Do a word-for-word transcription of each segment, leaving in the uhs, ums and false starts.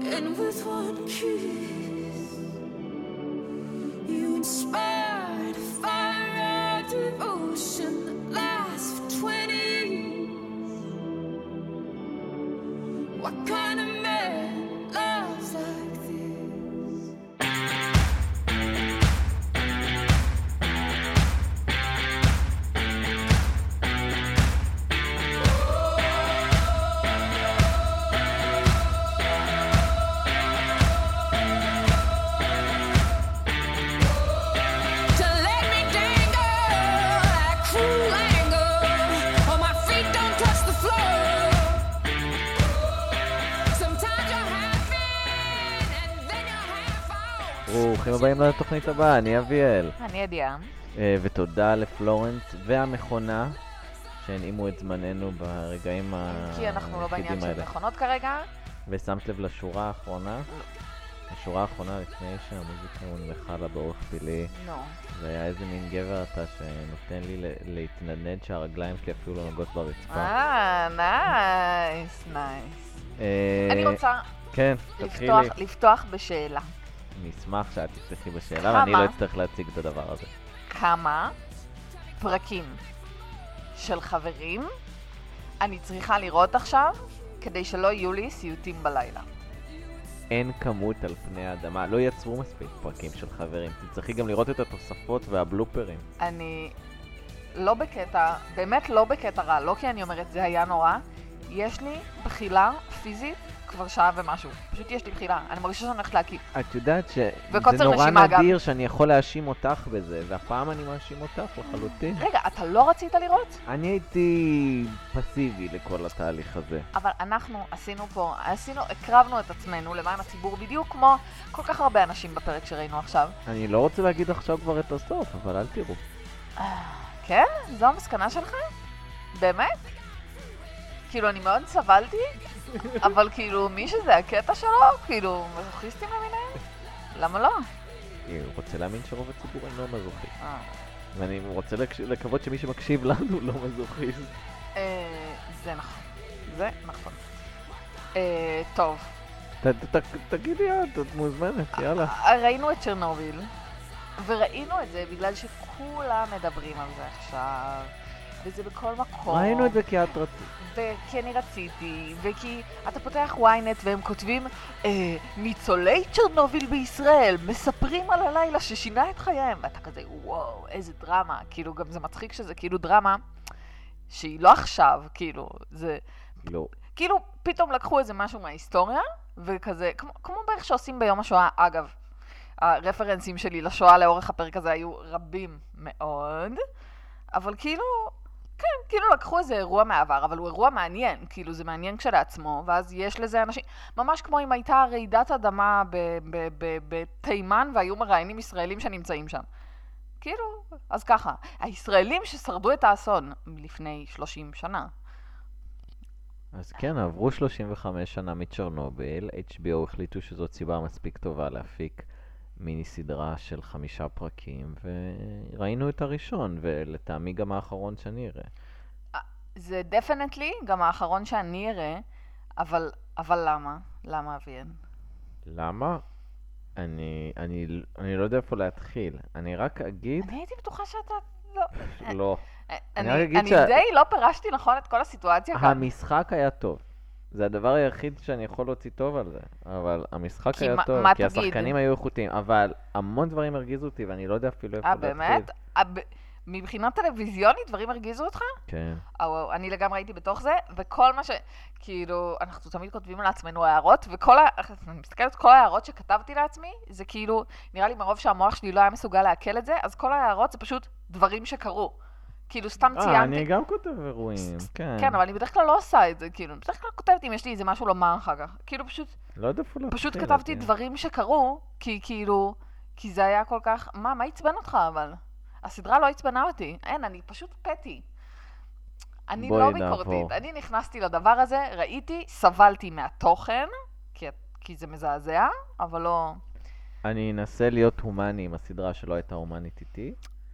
and with one kiss you inspired a fire of devotion that lasts for twenty years. What kind of man loves like this? To let me dangle like cruel anger, or my feet don't touch the floor. Sometimes you're half in and then you're half out. ברוכים הבאים לתוכנית הבאה, אני אביאל. אני ידיעה. אה, ותודה לפלורנס והמכונה שהנעימו את זמננו ברגעים כי אנחנו לא בעניין היחידים של האלה. מכונות כרגע. ושמת לב לשורה האחרונה? השורה האחרונה לפני שהמוזיקה הונמכה לה באורך פילי. נו. זה היה איזה מין גבר אתה שנותן לי ל- להתנדנד שהרגליים שלי אפילו לא נוגעות ברצפה. אה, נייס, נייס. אה, אני רוצה כן, תתחילי. לפתוח- לפתוח בשאלה. אני אשמח שאת תפתחי בשאלה כמה? ואני לא אצטרך להציג את הדבר הזה. כמה פרקים של חברים אני צריכה לראות עכשיו כדי שלא יהיו לי סיוטים בלילה? אין כמות על פני האדמה, לא יצרו מספיק פרקים של חברים. תצטרכי גם לראות את התוספות והבלופרים. אני לא בקטע, באמת לא בקטע רע, לא כי אני אומרת זה היה נורא. יש לי בחילה פיזית כבר שעה ומשהו. פשוט יש לי בחילה, אני מרגישה שאני הולכת להקיא. את יודעת וקוצר שזה נורא נשימה גם. נדיר שאני יכול להאשים אותך בזה, והפעם אני מאשים אותך לחלוטין. רגע, אתה לא רצית לראות? אני הייתי פסיבי לכל התהליך הזה. אבל אנחנו עשינו פה, עשינו, הקרבנו את עצמנו למען הציבור בדיוק כמו כל כך הרבה אנשים בפרק שראינו עכשיו. אני לא רוצה להגיד עכשיו כבר את הסוף, אבל אל תראו. כן? זו המסקנה שלך? באמת? כאילו, אני מאוד סבלתי, אבל כאילו, מי שזה הקטע שלו, כאילו, מזוכיסטים למיניהם? למה לא? אני רוצה להאמין שרוב הציבור אינו מזוכי. אה, ואני רוצה לקש- לקוות שמי שמקשיב לנו לא מזוכיסט. אה, זה נכון. זה נכון. אה, טוב, ת- ת- ת- תגידי את, את מוזמנת, יאללה. ראינו את צ'רנוביל, וראינו את זה בגלל שכולם מדברים על זה עכשיו, וזה בכל מקום. ראינו את זה כי את רצית. וכי אני רציתי, וכי אתה פותח וויינט והם כותבים אה, ניצולי צ'רנוביל בישראל מספרים על הלילה ששינה את חייהם, ואתה כזה וואו איזה דרמה, כאילו גם זה מצחיק שזה כאילו דרמה שהיא לא עכשיו, כאילו זה לא. כאילו פתאום לקחו איזה משהו מההיסטוריה וכזה כמו, כמו בערך שעושים ביום השואה. אגב, הרפרנסים שלי לשואה לאורך הפרק הזה היו רבים מאוד, אבל כאילו כן, כאילו לקחו איזה אירוע מעבר, אבל הוא אירוע מעניין, כאילו זה מעניין כשלעצמו, ואז יש לזה אנשים, ממש כמו אם הייתה רעידת אדמה בתימן, והיו מראיינים ישראלים שנמצאים שם. כאילו, אז ככה, הישראלים ששרדו את האסון לפני שלושים שנה. אז כן, עברו שלושים וחמש שנה מצ'רנוביל, אייץ' בי או החליטו שזאת סיבה מספיק טובה להפיק מיני סדרה של חמישה פרקים, וראינו את הראשון, ולטעמי גם האחרון שאני אראה. זה דפנטלי גם האחרון שאני אראה, אבל, אבל למה? למה אביאן? למה? אני, אני, אני לא יודע איפה להתחיל. אני רק אגיד... אני הייתי בטוחה שאתה לא... לא. אני, רק אגיד אני שה- די לא פירשתי נכון את כל הסיטואציה כאן. המשחק היה טוב. זה הדבר היחיד שאני יכול להוציא טוב על זה. אבל המשחק כי היה מה- טוב, מה כי תגיד? השחקנים היו איכותיים. אבל המון דברים הרגיזו אותי, ואני לא יודע אפילו איפה אה, להתחיל. באמת? אה, ב- מבחינה טלוויזיונית דברים הרגיזו אותך? כן. אה, וואו, אני לגמרי הייתי בתוך זה, וכל מה ש... כאילו, אנחנו תמיד כותבים לעצמנו הערות, וכל ה... אני מסתכלת, כל ההערות שכתבתי לעצמי, זה כאילו, נראה לי מרוב שהמוח שלי לא היה מסוגל לעכל את זה, אז כל ההערות זה פשוט דברים שקרו. כאילו, סתם אה, ציינתי... אני גם כותב אירועים, כן. כן, אבל אני בדרך כלל לא עושה את זה, כאילו, בדרך כלל כותבת אם יש לי איזה משהו לומר אחר כך. כאילו, פשוט... לא יודע איפה להתחיל. פשוט כתבתי לדעתי. דברים שקרו, כי כאילו, כי זה היה כל כך, מה, מה עצבן אותך אבל? הסדרה לא עצבנה אותי, אין, אני פשוט פטי. אני בואי לא נעבור. ביקורתית, אני נכנסתי לדבר הזה, ראיתי, סבלתי מהתוכן, כי, כי זה מזעזע, אבל לא... אני אנסה להיות הומני עם הסדרה שלא הייתה הומנית איתי,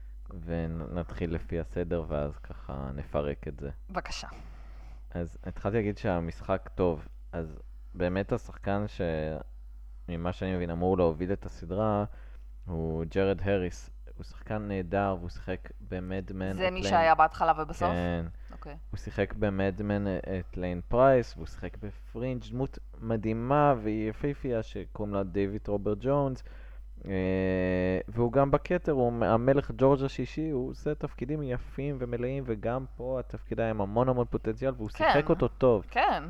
ונתחיל לפי הסדר ואז ככה נפרק את זה. בבקשה. אז התחלתי להגיד שהמשחק טוב, אז באמת השחקן שממה שאני מבין אמור להוביל את הסדרה הוא ג'רד הריס. הוא שחקן נהדר, והוא שיחק במדמן. זה מי שהיה בהתחלה ובסוף? כן. אוקיי. הוא שיחק במדמן את ליין פרייס, והוא שיחק בפרינג', דמות מדהימה והיא יפהפייה שקוראים לה דיוויד רוברט ג'ונס. והוא גם בכתר, הוא המלך ג'ורג' השישי, הוא עושה תפקידים יפים ומלאים, וגם פה התפקיד היה עם המון המון פוטנציאל, והוא כן. שיחק אותו טוב. כן.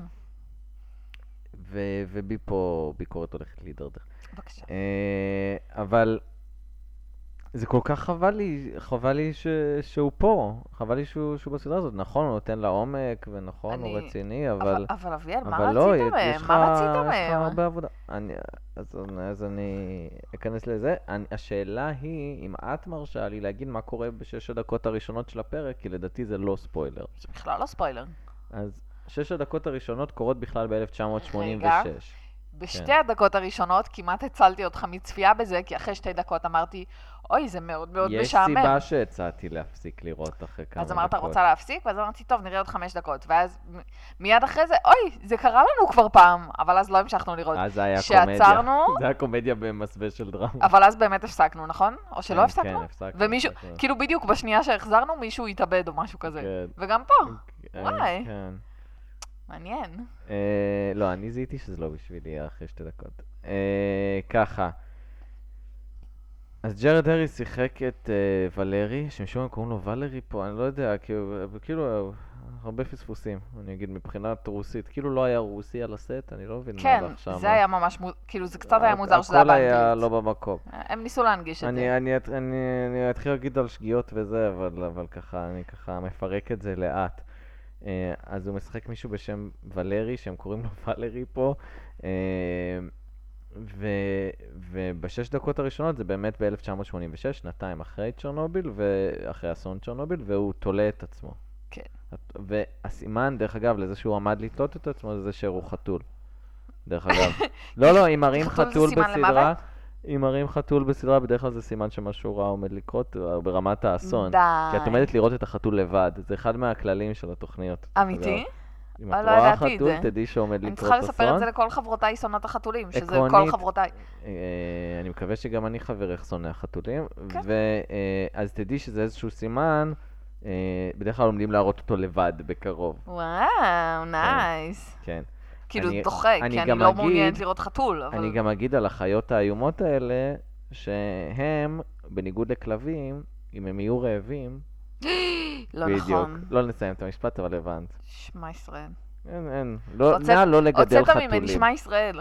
ו- ובי פה ביקורת הולכת להידרדר. בבקשה. אה, אבל זה כל כך חבל לי, חבל לי ש- שהוא פה, חבל לי שהוא, שהוא בסדרה הזאת. נכון, הוא נותן לה עומק, ונכון, הוא אני- רציני, אבל... אבל, אבל אביאל, מה אבל לא, רצית יש מהם? לך- מה רצית יש לך מהם? הרבה עבודה. אני, אז, אז אני אכנס לזה. אני, השאלה היא, אם את מרשה לי להגיד מה קורה בשש הדקות הראשונות של הפרק, כי לדעתי זה לא ספוילר. זה בכלל לא ספוילר. אז שש הדקות הראשונות קורות בכלל ב-אלף תשע מאות שמונים ושש. בשתי הדקות הראשונות כמעט הצלתי אותך מצפייה בזה, כי אחרי שתי דקות אמרתי, אוי, זה מאוד מאוד יש משעמם. סיבה שהצעתי להפסיק לראות אחרי כמה דקות. אז אמרת, רוצה להפסיק? ואז אמרתי, טוב, נראה עוד חמש דקות. ואז מ- מיד אחרי זה, אוי, זה קרה לנו כבר פעם, אבל אז לא המשכנו לראות. אז זה היה שעצרנו- קומדיה. זה היה קומדיה במסווה של דרמה. אבל אז באמת הפסקנו, נכון? או שלא כן, הפסקנו? כן, הפסקנו. ומישהו, הפסקנו. כאילו בדיוק בשנייה שהחזרנו, מישהו התאבד או משהו כזה. כן. וגם פה, אה, וואי. כן. מעניין. אה, לא, אני זיהיתי שזה לא בשבילי אחרי שתי דקות. אה, ככה. אז ג'רד הריס שיחק את אה, ולרי, שמשום מה קוראים לו ולרי פה, אני לא יודע, כאילו, כאילו הרבה פספוסים, אני אגיד, מבחינת רוסית. כאילו לא היה רוסי על הסט, אני לא מבין מה כן, הלך שם. זה היה ממש, מו- כאילו זה קצת היה מוזר שזה היה הכל היה באנגלית. לא במקום. הם ניסו להנגיש את זה. אני, אני, את- אני, אני אתחיל להגיד על שגיאות וזה, אבל, אבל ככה, אני ככה מפרק את זה לאט. אה, אז הוא משחק מישהו בשם ולרי, שהם קוראים לו ולרי פה, אה, ו, ובשש דקות הראשונות זה באמת ב-אלף תשע מאות שמונים ושש, שנתיים אחרי צ'רנוביל, ואחרי אסון צ'רנוביל, והוא תולה את עצמו. כן. והסימן, דרך אגב, לזה שהוא עמד לתלות את עצמו, זה שהראו חתול. דרך אגב. לא, לא, אם מראים חתול זה חתול סימן בסדרה, למוות? אם מראים חתול בסדרה, בדרך כלל זה סימן שמשהו רע עומד לקרות אה, ברמת האסון. די. כי את עומדת לראות את החתול לבד, זה אחד מהכללים של התוכניות. אמיתי? אגב. אם אה, את לא רואה ידעתי את חתול, זה. תדעי שעומד אני לקרות צריכה אסון. לספר את זה לכל חברותיי שונאות החתולים, שזה כל עקרונית, חברותיי. אה, אני מקווה שגם אני חברך שונא החתולים. כן. ואז תדעי שזה איזשהו סימן, אה, בדרך כלל עומדים להראות אותו לבד בקרוב. וואו, נייס. כן. כאילו אני- דוחק, אני כי אני גם לא אגיד- מעוניינת לראות חתול, אבל... אני גם אגיד על החיות האיומות האלה, שהם, בניגוד לכלבים, אם הם יהיו רעבים, לא בדיוק. נכון. לא נסיים את המשפט, אבל הבנת. שמע ישראל. אין, אין. לא, הוצאת- נא לא לגדל הוצאת חתולים. ממני שמע ישראל.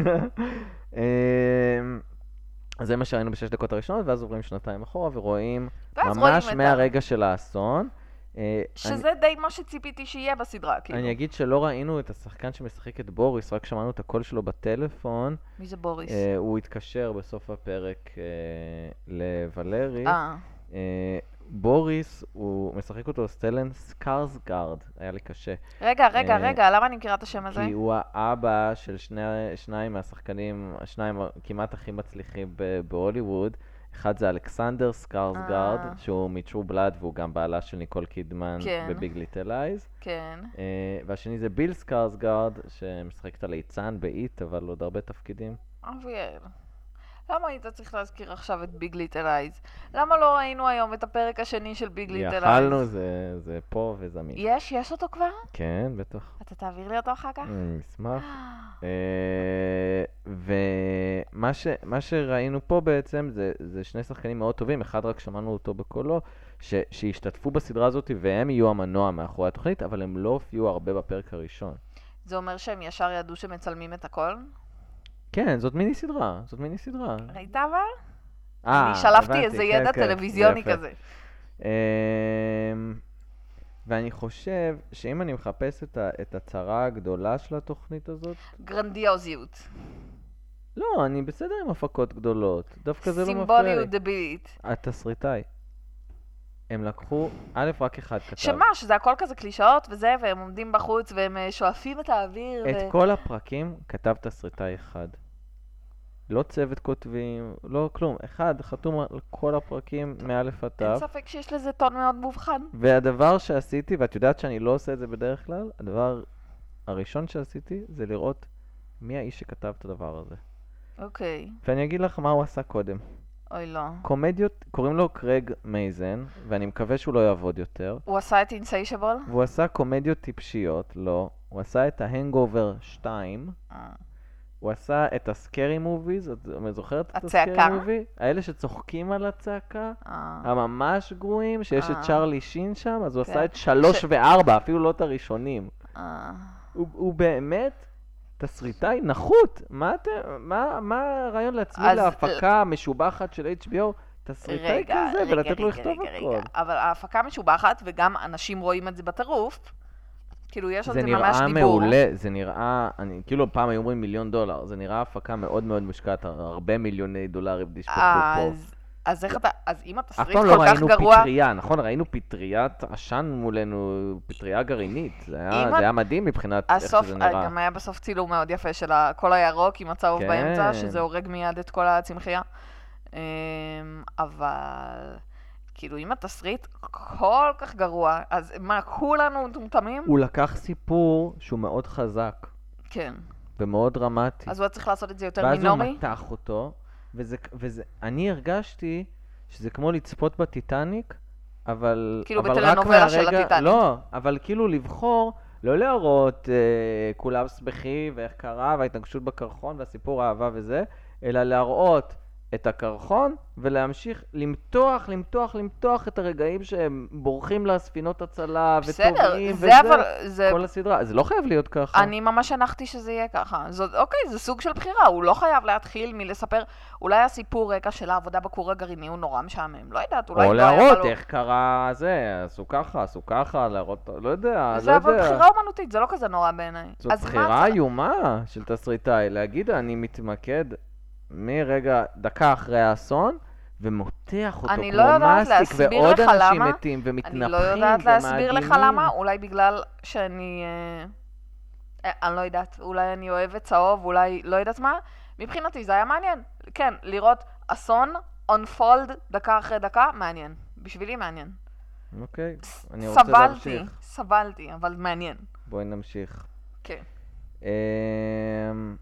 אמ, אז זה מה שראינו בשש דקות הראשונות, ואז עוברים שנתיים אחורה ורואים ואז רואים ממש את ה- מהרגע של האסון. אה, שזה די מה שציפיתי שיהיה בסדרה, כאילו. אני אגיד שלא ראינו את השחקן שמשחק את בוריס, רק שמענו את הקול שלו בטלפון. מי זה בוריס? אה, הוא התקשר בסוף הפרק אה, לוולרי. אה, אה, בוריס, הוא משחק אותו סטלן סקארסגארד, היה לי קשה. רגע, רגע, אה, רגע, למה אני מכירה את השם הזה? כי הוא האבא של שני, שניים מהשחקנים, השניים כמעט הכי מצליחים ב- בהוליווד. אחד זה אלכסנדר סקארסגארד, אה. שהוא מטרו בלאד והוא גם בעלה של ניקול קידמן כן. בביג ליטל אייז. כן. אה, והשני זה ביל סקארסגארד, שמשחק את הליצן באיט, אבל עוד הרבה תפקידים. אביאל. למה היית צריך להזכיר עכשיו את ביג ליטל אייז? למה לא ראינו היום את הפרק השני של ביג ליטל אייז? יכלנו, זה, זה פה וזמין. יש? יש אותו כבר? כן, בטח. אתה תעביר לי אותו אחר כך? אני אשמח. אה, ומה ש, מה שראינו פה בעצם זה, זה שני שחקנים מאוד טובים, אחד רק שמענו אותו בקולו, ש, שהשתתפו בסדרה הזאת והם יהיו המנוע מאחורי התוכנית, אבל הם לא הופיעו הרבה בפרק הראשון. זה אומר שהם ישר ידעו שמצלמים את הכל? כן, זאת מיני סדרה, זאת מיני סדרה. ראית אבל? אה, אני שלפתי הבנתי, איזה כן, ידע כן, טלוויזיוני יפה. כזה. אמ, ואני חושב שאם אני מחפש את, ה, את הצרה הגדולה של התוכנית הזאת, גרנדיוזיות. לא, אני בסדר עם הפקות גדולות, דווקא זה לא מפריע לי. סימבוליות דבילית. התסריטאי. הם לקחו, א', רק אחד כתב. שמה, שזה הכל כזה קלישאות וזה, והם עומדים בחוץ והם אה, שואפים את האוויר. את ו... כל הפרקים כתב תסריטאי אחד. לא צוות כותבים, לא כלום. אחד חתום על כל הפרקים מאלף עד אין תו. ספק שיש לזה טון מאוד מובחן. והדבר שעשיתי, ואת יודעת שאני לא עושה את זה בדרך כלל, הדבר הראשון שעשיתי זה לראות מי האיש שכתב את הדבר הזה. אוקיי. ואני אגיד לך מה הוא עשה קודם. אוי, לא. קומדיות, קוראים לו קרג מייזן, ואני מקווה שהוא לא יעבוד יותר. הוא עשה את אינסיישבול? והוא עשה קומדיות טיפשיות, לא. הוא עשה את ההנגאובר שתיים. הוא עשה את הסקרי מוביז, את זוכרת את הסקרי הצעקה? מובי? האלה שצוחקים על הצעקה, אה. הממש גרועים, שיש את אה. צ'רלי שין שם, אז הוא כן. עשה את שלוש ש- וארבע, אפילו לא את הראשונים. אה. הוא, הוא באמת תסריטאי נחות. מה, אתם, מה, מה הרעיון להצמיד אז- להפקה משובחת של אייץ' בי או? תסריטאי רגע, כזה, רגע, ולתת לו רגע, לכתוב רגע, הכל. רגע. אבל ההפקה משובחת, וגם אנשים רואים את זה בטירוף. כאילו, יש על זה זה ממש נראה דיבור. מעולה, זה נראה, אני, כאילו פעם היו אומרים מיליון דולר, זה נראה הפקה מאוד מאוד מושקעת, הרבה מיליוני דולרים נשפכו פה. אז, אז איך אתה, אז אם אף התסריט פעם כל לא כך ראינו גרוע, פטריה, נכון? ראינו פטריית עשן מולנו, פטריה גרעינית, זה היה, אם זה את- היה מדהים מבחינת איך הסוף, שזה נראה. גם היה בסוף צילום מאוד יפה של ה- כל הירוק עם הצהוב כן. באמצע, שזה הורג מיד את כל הצמחייה. אמ, אבל, כאילו, אם התסריט כל כך גרוע, אז מה, כולנו מטומטמים? הוא לקח סיפור שהוא מאוד חזק כן. ומאוד דרמטי. אז הוא היה צריך לעשות את זה יותר ואז הוא מינורי? מתח אותו, וזה, וזה, אני הרגשתי שזה כמו לצפות בטיטניק, אבל, כאילו אבל בטלנובלה רק של מהרגע, הטיטניק. לא, אבל כאילו לבחור, לא להראות אה, כולם שמחים ואיך קרה וההתנגשות בקרחון והסיפור האהבה וזה, אלא להראות את הקרחון ולהמשיך למתוח, למתוח, למתוח את הרגעים שהם בורחים לספינות הצלה בסדר, וטובעים זה וזה, אבל, זה, כל הסדרה. זה לא חייב להיות ככה. אני ממש הנחתי שזה יהיה ככה. זאת, אוקיי, זה סוג של בחירה, הוא לא חייב להתחיל מלספר, אולי הסיפור רקע של העבודה בכור הגרעיני הוא נורא משעמם, לא יודעת, אולי או לא היה להראות לו- איך קרה זה, עשו ככה, עשו ככה, להראות, לא יודע, זה לא אבל יודע. בחירה אומנותית, זה לא כזה נורא בעיניי. זאת אז מה בחירה צריך- איומה של תסריטאי, להגיד אני מתמקד מרגע, דקה אחרי האסון, ומותח אותו אני כמו לא יודעת מסטיק, להסביר ועוד לך אנשים למה. מתים ומתנפחים אני לא יודעת להסביר לך ומעגינים. למה, אולי בגלל שאני... אה, אה, אני לא יודעת, אולי אני אוהבת צהוב, אולי לא יודעת מה. מבחינתי זה היה מעניין. כן, לראות אסון, unfold, דקה אחרי דקה, מעניין. בשבילי מעניין. אוקיי, אני רוצה סבלתי, להמשיך. סבלתי, אבל מעניין. בואי נמשיך. כן. אמ,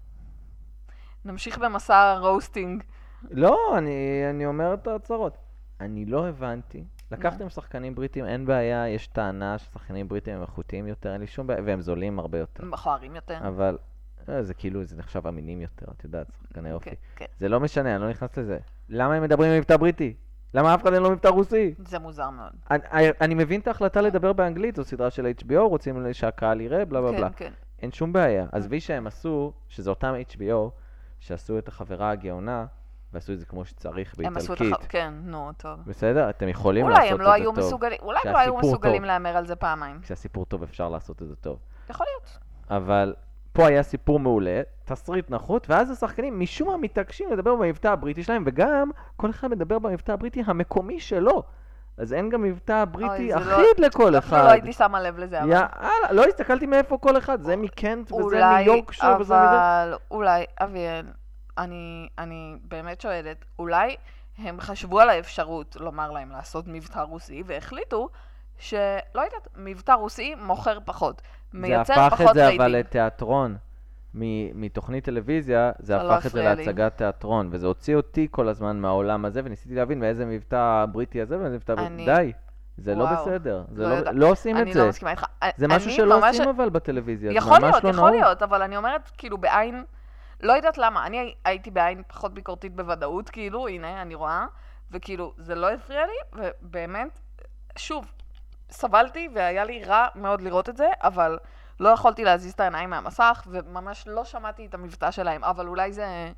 נמשיך במסע הרוסטינג. לא, אני, אני אומר את ההצהרות. אני לא הבנתי. לקחתם שחקנים בריטים, אין בעיה, יש טענה ששחקנים בריטים הם איכותיים יותר, אין לי שום בעיה, והם זולים הרבה יותר. מכוערים יותר. אבל אה, זה כאילו, זה נחשב אמינים יותר, את יודעת, שחקני אופי. כן, כן. זה לא משנה, אני לא נכנס לזה. למה הם מדברים עם מבטא בריטי? למה אף אחד אין לו מבטא רוסי? זה מוזר מאוד. אני, אני מבין את ההחלטה לדבר באנגלית, זו סדרה של אייץ' בי או, רוצים שהקהל יראה, בלה בלה בלה. כן, כן. אין שום בעיה. עזבי שהם עשו, שזה אותם אייץ' בי או, שעשו את החברה הגאונה, ועשו את זה כמו שצריך הם עשו את באיטלקית. הח... כן, נו, טוב. בסדר? אתם יכולים לעשות אולי את הם זה לא היו טוב. מסוגלים, אולי הם לא היו שהסיפור מסוגלים טוב. להמר על זה פעמיים. כשהסיפור טוב אפשר לעשות את זה טוב. יכול להיות. אבל פה היה סיפור מעולה, תסריט נחות, ואז השחקנים משום מה מתעקשים לדבר במבטא הבריטי שלהם, וגם כל אחד מדבר במבטא הבריטי המקומי שלו. אז אין גם מבטא בריטי אוי, זה לא- אחיד לכל אפילו לא אחד. הייתי שמה לב לזה, אבל... יאללה, לא הסתכלתי מאיפה כל אחד, זה מקנט וזה אולי, מיורקשיר וזה מזה. אבל אולי, אביאל, אני, אני באמת שואלת, אולי הם חשבו על האפשרות לומר להם לעשות מבטא רוסי, והחליטו שלא יודעת, מבטא רוסי מוכר פחות, זה מייצר הפך פחות את זה רייטינג. אבל לתיאטרון. מ- מתוכנית טלוויזיה, זה זה לא הפך את זה הפריע לי. להצגת תיאטרון, וזה הוציא אותי כל הזמן מהעולם הזה, וניסיתי להבין מאיזה מבטא הבריטי הזה ואיזה מבטא הבריטי. אני- די, זה לא וואו, בסדר, זה לא לא, יודעת. לא עושים את אני זה. לא מסכימה איתך. זה משהו אני שלא ממש- עושים אבל בטלוויזיה, זה יכול ממש להיות, לא יכול נהוג. להיות, אבל אני אומרת, כאילו, בעין, לא יודעת למה, אני הייתי בעין פחות ביקורתית בוודאות, כאילו, הנה, אני רואה, וכאילו, זה לא הפריע לי, ובאמת, שוב, סבלתי, והיה לי רע מאוד לראות את זה, אבל לא יכולתי להזיז את העיניים מהמסך, וממש לא שמעתי את המבטא שלהם, אבל אולי זה,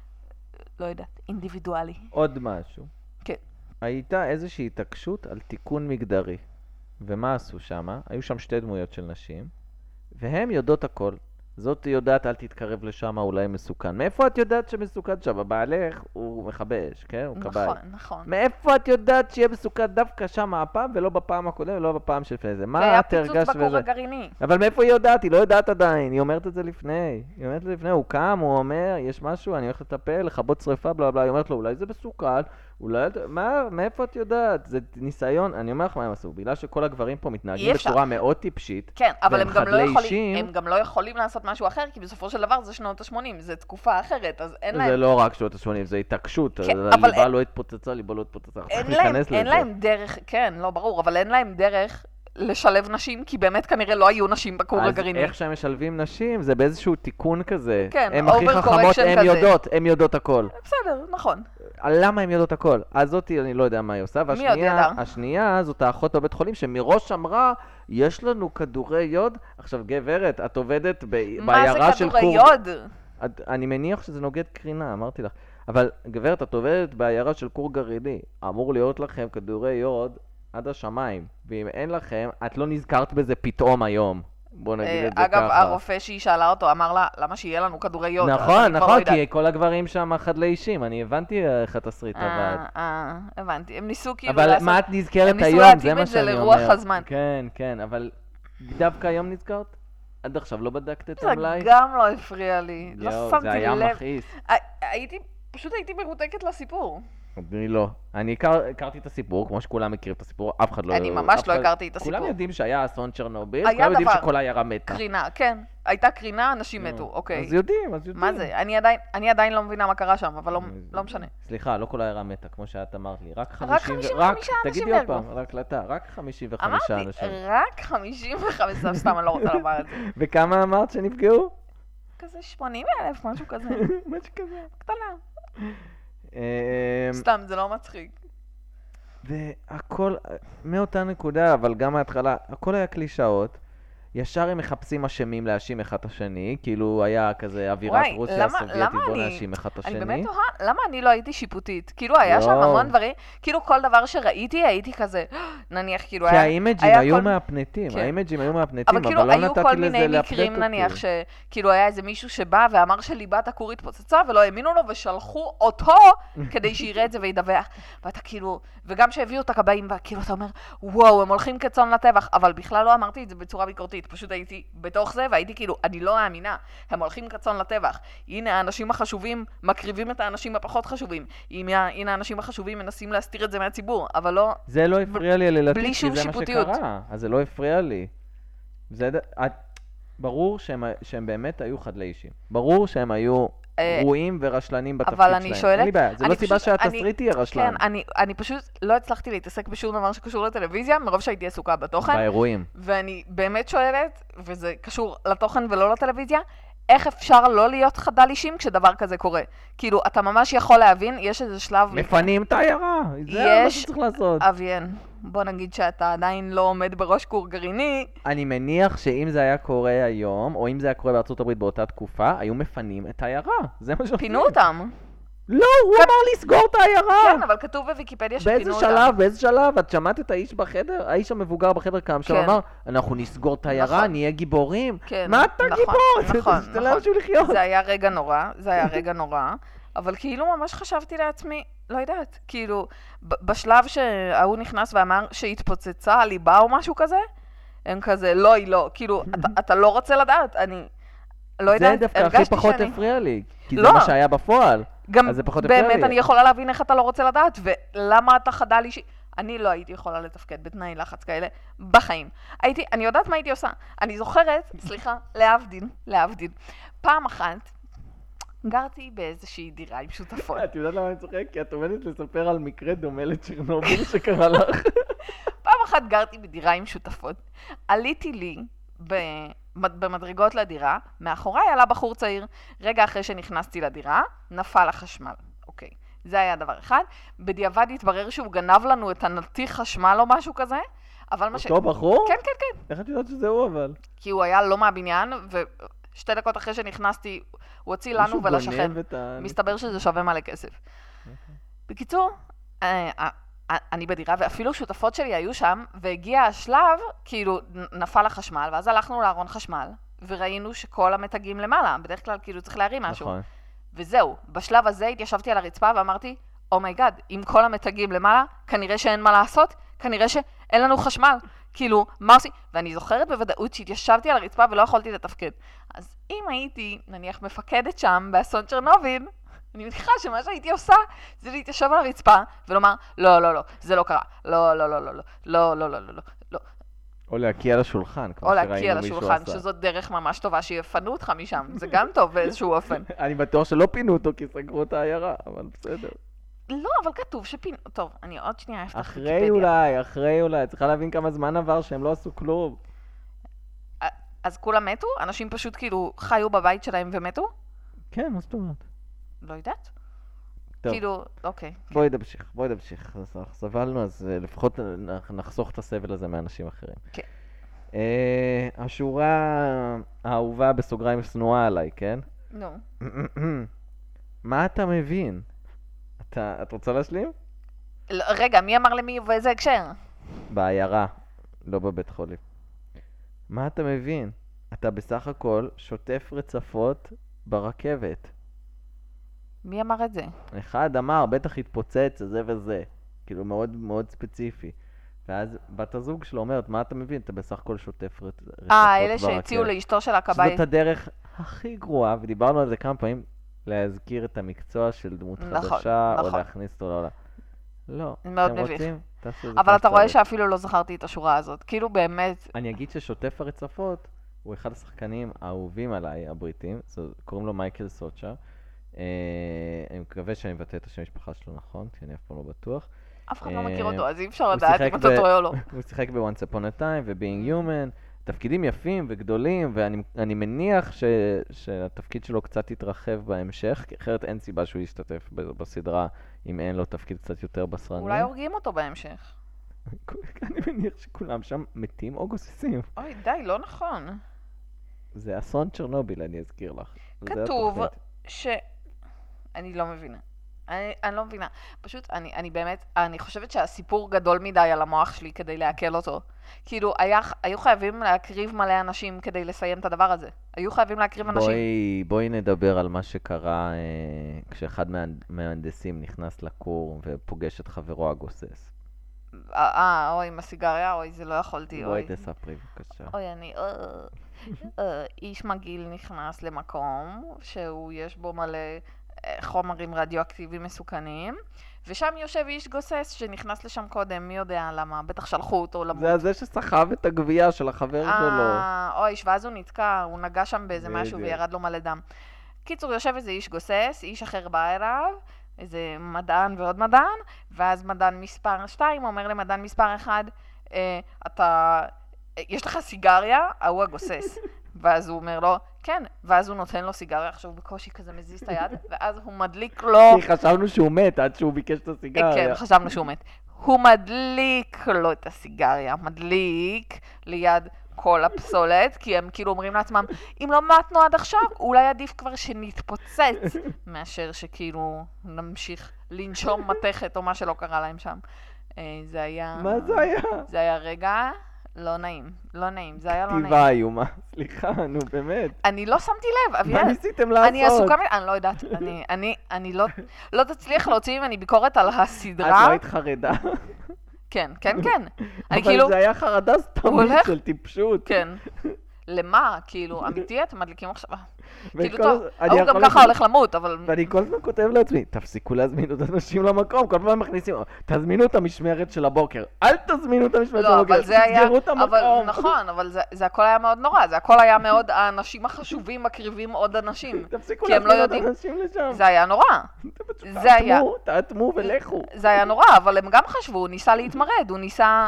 לא יודעת, אינדיבידואלי. עוד משהו. כן. הייתה איזושהי התעקשות על תיקון מגדרי. ומה עשו שם? היו שם שתי דמויות של נשים, והן יודעות הכל. זאת יודעת, אל תתקרב לשם, אולי מסוכן. מאיפה את יודעת שמסוכן שם? בעלך הוא מכבש, כן? הוא כבאי. נכון, נכון. מאיפה את יודעת שיהיה מסוכן דווקא שם הפעם, ולא בפעם הקודמת, ולא בפעם של זה? כי מה היה את פיצוץ הרגשת בכור וזה? הגרעיני. אבל מאיפה היא יודעת? היא לא יודעת עדיין, היא אומרת את זה לפני. היא אומרת את זה לפני, הוא קם, הוא אומר, יש משהו, אני הולך לטפל, לכבות שריפה, בלה בלה, היא אומרת לו, אולי זה מסוכן, אולי, מה, מאיפה את יודעת? זה ניסיון, אני אומר לך מה הם עשו, בגלל שכל הגברים פה מתנהגים אי אפשר. בצורה מאוד טיפשית, כן, אבל והם הם גם, לא חדלי יכולים, אישים. הם גם לא יכולים לעשות משהו אחר, כי בסופו של דבר זה שנות ה-שמונים, זה תקופה אחרת, אז אין להם... זה לא רק שנות ה-שמונים, זה התעקשות, כן, אבל ליבה אין- לא התפוצצה, ליבה לא התפוצצה, אין צריך להם, להיכנס אין לזה. להם דרך, כן, לא ברור, אבל אין להם דרך לשלב נשים, כי באמת כנראה לא היו נשים בכור אז הגרעיני. איך שהם משלבים נשים, זה באיזשהו תיקון כזה. כן, הם הכי overcorrection חכמות, הן כזה. יודעות, הן יודעות הכל. בסדר, נכון. למה הן יודעות הכל? הזאתי, אני לא יודע מה היא עושה, והשנייה, יודע? השנייה זאת האחות בבית חולים שמראש אמרה, יש לנו כדורי יוד. עכשיו גברת, את עובדת ב- מה בעיירה זה של כדורי קור... יוד? את, אני מניח שזה נוגד קרינה, אמרתי לך. אבל גברת, את עובדת בעיירה של כור גרעיני, אמור להיות לכם כדורי יוד עד השמיים, ואם אין לכם, את לא נזכרת בזה פתאום היום. בוא נגיד את זה אגב, ככה. הרופא שהיא שאלה אותו אמר לה, למה שיהיה לנו כדורי יוד? אז נכון, אני כבר לא נכון, יודעת. כי כל הגברים שם חדלי אישים, אני הבנתי איך התסריט עבד. אה, אה, הבנתי. הם ניסו כאילו אבל לעשות... מה את נזכרת הם ניסו היום, להתאים זה את מה זה שאני אומר. לרוח הזמן. כן, כן, אבל דווקא היום נזכרת? עד עכשיו לא בדקת את זה המלאי? גם לא הפריע לי. לא יואו, שמתי זה היה לב. מכעיס. הי- הייתי, פשוט הייתי מרותקת לסיפור. אני לא. אני הכר- הכרתי את הסיפור, כמו שכולם מכירים את הסיפור, אף אחד לא... אני ממש אף לא אחד- הכרתי את הסיפור. כולם יודעים שהיה אסון צ'רנוביל, היה כולם יודעים דבר. שכל העיירה מתה. קרינה, כן. הייתה קרינה, אנשים נו, מתו, אוקיי. אז יודעים, אז יודעים. מה זה? אני עדיין, אני עדיין לא מבינה מה קרה שם, אבל לא, לא משנה. סליחה, לא כל העיירה מתה, כמו שאת אמרת לי. רק רק חמישים... חמישים רק- וחמישה אנשים תגידי עוד נהרגו. פעם, רק להקלטה, רק חמישים וחמישה אמרתי, אנשים. רק חמישים וחמש, סתם, אני לא רוצה לומר את זה. וכמה אמרת שנפגעו? כזה שמונים אלף, משהו כזה. משהו כזה. קטנה. אמ, סתם, זה לא מצחיק. והכל, מאותה נקודה, אבל גם מההתחלה, הכל היה קלישאות. ישר הם מחפשים אשמים להאשים אחד את השני, כאילו היה כזה אווירת וואי, רוסיה למה- הסובייטית, למה בוא אני- נאשים אחד את אני השני. באמת תוהה, למה אני לא הייתי שיפוטית? כאילו, היה שם לא. המון דברים, כאילו כל דבר שראיתי, הייתי כזה, נניח, כאילו, כי היה... האימג'ים היה היו כל- מהפנטים, כן. האימג'ים היו מהפנטים, אבל כאילו, אבל לא היו נתתי כל לזה מיני להפנט מקרים, נניח, אותי. שכאילו היה איזה מישהו שבא ואמר שליבת הכור התפוצצה, ולא האמינו לו, ושלחו אותו כדי שיראה את זה וידווח. ואתה כאילו, וגם שהביאו את הכבאים, וכאילו, אתה אומר, וואו, הם הולכים כצאן לטבח, אבל בכלל לא אמרתי את זה בצורה ביקורתית, פשוט הייתי בתוך זה, והייתי כאילו, אני לא מאמינה, הם הולכים כצאן לטבח. הנה, האנשים החשובים מקריבים את האנשים הפחות חשובים. הנה, הנה האנשים החשובים מנסים להסתיר את זה מהציבור, אבל לא... זה לא הפריע לי לילדית, בלי כי שום זה מה שיפוטיות. שקרה, אז זה לא הפריע לי. זה ד- את- ברור שהם, שהם באמת היו חדלי אישים. ברור שהם היו אה, גרועים ורשלנים בתפקיד אבל שלהם. אני שואלת... אין לי בעיה, זה אני לא סיבה פשוט- שהתסריט אני- יהיה רשלן. כן, אני, אני פשוט לא הצלחתי להתעסק בשום דבר שקשור לטלוויזיה, מרוב שהייתי עסוקה בתוכן, באירועים. ואני באמת שואלת, וזה קשור לתוכן ולא לטלוויזיה, איך אפשר לא להיות חדל אישים כשדבר כזה קורה? כאילו, אתה ממש יכול להבין, יש איזה שלב... מפנים את העיירה, זה מה יש- שצריך לעשות. אביאן, בוא נגיד שאתה עדיין לא עומד בראש כור גרעיני, אני מניח שאם זה היה קורה היום, או אם זה היה קורה בארצות הברית באותה תקופה, היו מפנים את העיירה. זה מה שעושים. פינו אותם. לא, הוא אמר לסגור את העיירה. כן, אבל כתוב בוויקיפדיה שפינו באיזה אותם. שלב, באיזה שלב? את שמעת את האיש בחדר? האיש המבוגר בחדר קם שם כן. אמר, אנחנו נסגור את העיירה, נכון. נהיה גיבורים. כן, מה אתה נכון, גיבור? נכון, תן נכון. לאנשים לחיות. זה היה רגע נורא, זה היה רגע נורא, אבל כאילו ממש חשבתי לעצמי, לא יודעת, כאילו, ב- בשלב שההוא נכנס ואמר שהתפוצצה הליבה או משהו כזה, הם כזה, לא, היא לא, כאילו, אתה, אתה לא רוצה לדעת, אני לא זה יודעת, דווקא הכי הרגשתי פחות שאני... הפריע לי. כי זה לא. מה שהיה בפועל. גם אז זה פחות הפריע באמת לי. אני יכולה להבין איך אתה לא רוצה לדעת, ולמה אתה חדל אישי. אני לא הייתי יכולה לתפקד בתנאי לחץ כאלה בחיים. הייתי, אני יודעת מה הייתי עושה. אני זוכרת, סליחה, להבדיל, להבדיל. פעם אחת גרתי באיזושהי דירה עם שותפות. את יודעת למה אני צוחק? כי את עומדת לספר על מקרה דומה לצ'רנוביל שקרה לך. פעם אחת גרתי בדירה עם שותפות. עליתי לי במד- במדרגות לדירה, מאחוריי עלה בחור צעיר. רגע אחרי שנכנסתי לדירה, נפל החשמל. אוקיי, זה היה דבר אחד. בדיעבד התברר שהוא גנב לנו את הנתיך חשמל או משהו כזה, אבל מה ש... אותו בחור? כן, כן, כן. איך את יודעת שזה הוא אבל? כי הוא היה לא מהבניין, ושתי דקות אחרי שנכנסתי, הוא הוציא לנו מישהו ולשכן. גונב את ה... מסתבר שזה שווה מלא כסף. בקיצור, אה, אה, אה, אני בדירה, ואפילו שותפות שלי היו שם, והגיע השלב, כאילו, נ- נפל החשמל, ואז הלכנו לארון חשמל, וראינו שכל המתגים למעלה, בדרך כלל כאילו צריך להרים משהו. נכון. וזהו, בשלב הזה התיישבתי על הרצפה ואמרתי, אומייגאד, עם כל המתגים למעלה, כנראה שאין מה לעשות, כנראה שאין לנו חשמל. כאילו, מה עושים? ואני זוכרת בוודאות שהתיישבתי על הרצפה ולא יכולתי לתפקד. אז אם הייתי, נניח, מפקדת שם באסון צ'רנוביל, אני מניחה שמה שהייתי עושה זה להתיישב על הרצפה ולומר, לא, לא, לא, זה לא קרה. לא, לא, לא, לא, לא, לא, לא, לא, לא, לא. או להקיע על השולחן, כמו או שראינו להקיע על מישהו השולחן, עשה. שזאת דרך ממש טובה שיפנו אותך משם. זה גם טוב באיזשהו אופן. אני בטוח שלא פינו אותו כי סגרו את העיירה, אבל בסדר. לא, אבל כתוב שפינו... טוב, אני עוד שנייה אפתח אחרי אולי, אחרי אולי, צריכה להבין כמה זמן עבר שהם לא עשו כלום. אז כולם מתו? אנשים פשוט כאילו חיו בבית שלהם ומתו? כן, מה זאת אומרת? לא יודעת. טוב. כאילו, אוקיי. בואי נמשיך, בואי נמשיך. אז אנחנו סבלנו, אז אה, לפחות נ- נחסוך את הסבל הזה מאנשים אחרים. כן. אה, השורה האהובה בסוגריים שנואה עליי, כן? נו. מה אתה מבין? אתה, את רוצה להשלים? לא, רגע, מי אמר למי ובאיזה הקשר? בעיירה, לא בבית חולים. מה אתה מבין? אתה בסך הכל שוטף רצפות ברכבת. מי אמר את זה? אחד אמר, בטח התפוצץ, זה וזה. כאילו מאוד מאוד ספציפי. ואז בת הזוג שלו אומרת, מה אתה מבין? אתה בסך הכל שוטף רצ- רצפות ברכבת. אה, אלה שהציעו לאשתו של הכבאי. שזאת הדרך הכי גרועה, ודיברנו על זה כמה פעמים, להזכיר את המקצוע של דמות נכון, חדשה, או נכון. להכניס אותו לעולם. לא, מאוד אתם מביך. רוצים? תעשו את זה אבל כמו אתה רואה שצריך. שאפילו לא זכרתי את השורה הזאת. כאילו באמת, אני אגיד ששוטף הרצפות הוא אחד השחקנים האהובים עליי, הבריטים, זאת- קוראים לו מייקל סוצ'ה. אה, אני מקווה שאני מבטא את השם המשפחה שלו נכון, כי אני אף פעם לא בטוח. אף אחד לא אה, מכיר אותו, אז אי אפשר הוא לדעת שיחק אם אתה ב- טועה או לא. הוא שיחק ב-Once Upon a Time ו-Being Human, תפקידים יפים וגדולים, ואני אני מניח ש, שהתפקיד שלו קצת יתרחב בהמשך, כי אחרת אין סיבה שהוא ישתתף ב- בסדרה אם אין לו תפקיד קצת יותר בשרני. אולי הורגים אותו בהמשך. אני מניח שכולם שם מתים או גוססים. אוי, די, לא נכון. זה אסון צ'רנוביל, אני אזכיר לך. זה כתוב התוכנית. ש... אני לא מבינה. אני, אני לא מבינה. פשוט, אני, אני באמת, אני חושבת שהסיפור גדול מדי על המוח שלי כדי לעכל אותו. כאילו, היה, היו חייבים להקריב מלא אנשים כדי לסיים את הדבר הזה. היו חייבים להקריב אנשים. בואי, בואי נדבר על מה שקרה אה, כשאחד מה- מהמהנדסים נכנס לכור ופוגש את חברו הגוסס. אה, אה, אוי, עם הסיגריה, אוי, זה לא יכולתי, בואי אוי. תספרי בבקשה. אוי, אני... אה, אה, איש מגעיל נכנס למקום שהוא יש בו מלא אה, חומרים רדיואקטיביים מסוכנים, ושם יושב איש גוסס שנכנס לשם קודם, מי יודע למה, בטח שלחו אותו למות. זה הזה שסחב את הגבייה של החבר שלו. אה, אוי, ואז הוא נתקע, הוא נגע שם באיזה משהו בדיוק. וירד לו מלא דם. קיצור, יושב איזה איש גוסס, איש אחר בא אליו, איזה מדען ועוד מדען, ואז מדען מספר שתיים אומר למדען מספר אחד, אה, אתה, אה, יש לך סיגריה? ההוא הגוסס. ואז הוא אומר לו, כן, ואז הוא נותן לו סיגריה, עכשיו הוא בקושי כזה מזיז את היד, ואז הוא מדליק לו... כי חשבנו שהוא מת עד שהוא ביקש את אה, הסיגריה. כן, חשבנו שהוא מת. הוא מדליק לו את הסיגריה, מדליק ליד כל הפסולת, כי הם כאילו אומרים לעצמם, אם לא מתנו עד עכשיו, אולי עדיף כבר שנתפוצץ, מאשר שכאילו נמשיך לנשום מתכת או מה שלא קרה להם שם. אה, זה היה... מה זה היה? זה היה רגע לא נעים, לא נעים, זה היה לא נעים. כתיבה איומה. סליחה, נו באמת. אני לא שמתי לב, מה אביעד. ניסיתם לעשות? אני עסוקה, מ- אני לא יודעת, אני, אני, אני לא, לא תצליח להוציא ממני ביקורת על את הסדרה. לא היית חרדה. כן, כן, כן. אני אבל כאילו, זה היה חרדה סתמית הולך- של טיפשות. כן. למה? כאילו, אמיתי, אתם מדליקים עכשיו? כאילו, וכל- טוב, אני ההוא גם יכול ככה להגיד- הולך למות, אבל... ואני כל הזמן כותב לעצמי, תפסיקו להזמין עוד אנשים למקום, כל פעם מכניסים, תזמינו את המשמרת של הבוקר, אל תזמינו את המשמרת של לא, הבוקר, אבל זה היה... תסגרו את אבל המקום. נכון, אבל זה- זה הכל היה מאוד נורא, זה הכל היה מאוד, האנשים החשובים מקריבים עוד אנשים. תפסיקו כי הם לא להזמין עוד יודעים- אנשים לשם. זה היה נורא. פשוט זה היה- תאטמו, תאטמו ולכו. זה היה נורא, אבל הם גם חשבו, הוא ניסה להתמרד, הוא ניסה...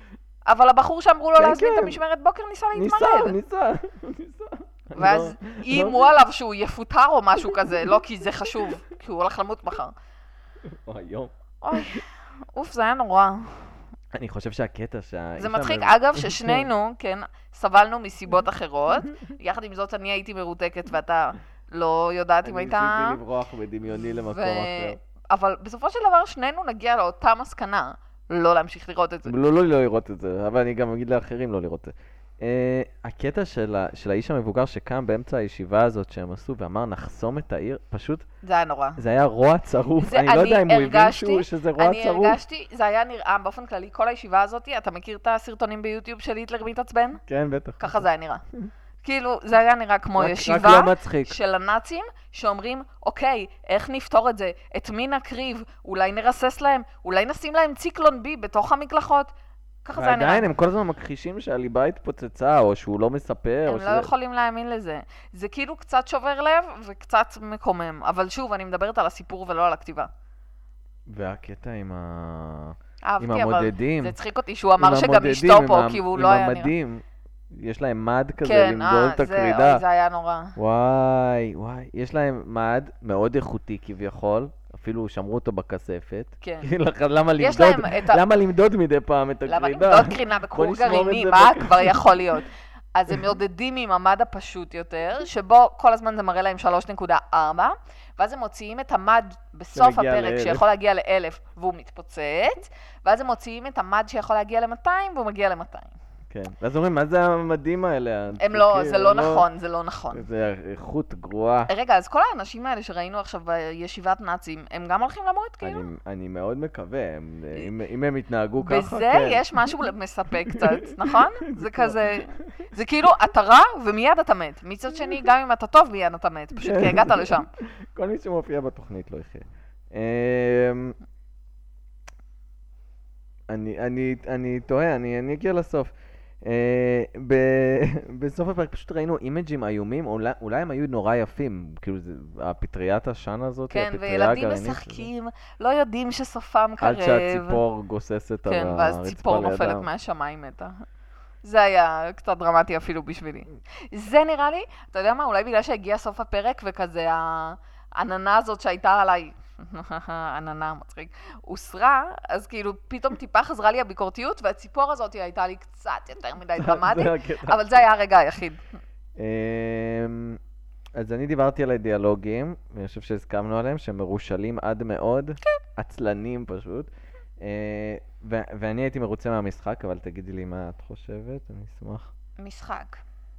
אבל הבחור שאמרו לו כן, להזמין את כן. המשמרת בוקר ניסה ניסה, להתמרד. ניסה, ניסה. אני ואז לא- איימו לא- עליו שהוא יפוטר או משהו כזה, לא כי זה חשוב, כי הוא הולך למות מחר. אוי, יום. אוי, אוף, זה היה נורא. אני חושב שהקטע שה... זה מצחיק, אגב, ששנינו, כן, סבלנו מסיבות אחרות. יחד עם זאת, אני הייתי מרותקת ואתה לא יודעת אם הייתה... אני ניסיתי לברוח בדמיוני למקום ו- אחר. אבל בסופו של דבר, שנינו נגיע לאותה מסקנה, לא להמשיך לראות את זה. לא, לא לא לראות את זה, אבל אני גם אגיד לאחרים לא לראות את זה. Uh, הקטע של, ה, של האיש המבוגר שקם באמצע הישיבה הזאת שהם עשו ואמר נחסום את העיר, פשוט זה היה נורא. זה היה רוע צרוף. זה- אני לא יודע אם הוא הבין הרגשתי- שהוא- שזה רוע אני צרוף. הרגשתי, זה היה נראה באופן כללי, כל הישיבה הזאת, אתה מכיר את הסרטונים ביוטיוב של היטלר מתעצבן? כן, בטח. ככה זה היה נראה. כאילו, זה היה נראה כמו רק- ישיבה רק לא מצחיק. של הנאצים, שאומרים, אוקיי, איך נפתור את זה? את מי נקריב? אולי נרסס להם? אולי נשים להם ציקלון בי בתוך המקלחות? ככה זה היה נראה. ועדיין הם כל הזמן מכחישים שהליבה התפוצצה, או שהוא לא מספר, או הם שזה... לא יכולים להאמין לזה. זה כאילו קצת שובר לב וקצת מקומם. אבל שוב, אני מדברת על הסיפור ולא על הכתיבה. והקטע עם ה... עם אהבתי, אבל המודדים. זה הצחיק אותי שהוא אמר עם שגם המודדים, אשתו עם פה, ה- כי הוא לא היה עם נראה. המדים. יש להם מד כזה כן, למדוד אה, את זה, הקרידה. אוי, זה היה נורא. וואי, וואי. יש להם מד מאוד איכותי כביכול. אפילו שמרו אותו בכספת. כן. למה יש למדוד? להם את ה- למה למדוד מדי פעם את למה הקרידה? למדוד קרינה בכור בוא נשמור את גרעיני? זה מה בק- כבר יכול להיות? אז הם מעודדים עם המד הפשוט יותר, שבו כל הזמן זה מראה להם שלוש נקודה ארבע, ואז הם מוציאים את המד בסוף שמגיע הפרק לאלף. שיכול להגיע לאלף והוא מתפוצץ, ואז הם מוציאים את המד שיכול להגיע ל-מאתיים והוא מגיע ל-מאתיים. כן. ואז אומרים, מה זה המדים האלה? הם לא, הדפוקים? זה לא הם נכון, זה לא נכון. זה איכות גרועה. רגע, אז כל האנשים האלה שראינו עכשיו בישיבת נאצים, הם גם הולכים למות כאילו? אני, אני מאוד מקווה, הם, אם, אם הם יתנהגו ככה, בזה כן. יש משהו מספק קצת, נכון? זה כזה, זה כאילו, אתה רע ומיד אתה מת. מצד שני, גם אם אתה טוב, מיד אתה מת. פשוט כי הגעת לשם. כל מי שמופיע בתוכנית לא יחיה. אמ, אני, אני, אני תוהה, אני, אני אגיע לסוף. אה, ב- בסוף הפרק פשוט ראינו אימג'ים איומים, אולי, אולי הם היו נורא יפים, כאילו זה, הפטריית עשן הזאת, כן, הפטריה וילדים הגרעינית, משחקים, לא יודעים שסופם קרב. עד שהציפור גוססת על כן, הרצפה ואז ציפור נופלת לידם. מהשמיים מתה. זה היה קצת דרמטי אפילו בשבילי. זה נראה לי, אתה יודע מה, אולי בגלל שהגיע סוף הפרק וכזה העננה הזאת שהייתה עליי, עננה מצחיק, הוסרה, אז כאילו פתאום טיפה חזרה לי הביקורתיות, והציפור הזאת הייתה לי קצת יותר מדי דרמטית, זה הקטע. אבל זה היה הרגע היחיד. אמ, אז אני דיברתי על הדיאלוגים, ואני חושב שהסכמנו עליהם, שהם מרושלים עד מאוד, עצלנים פשוט. אה, ו- ואני הייתי מרוצה מהמשחק, אבל תגידי לי מה את חושבת, אני אשמח. משחק.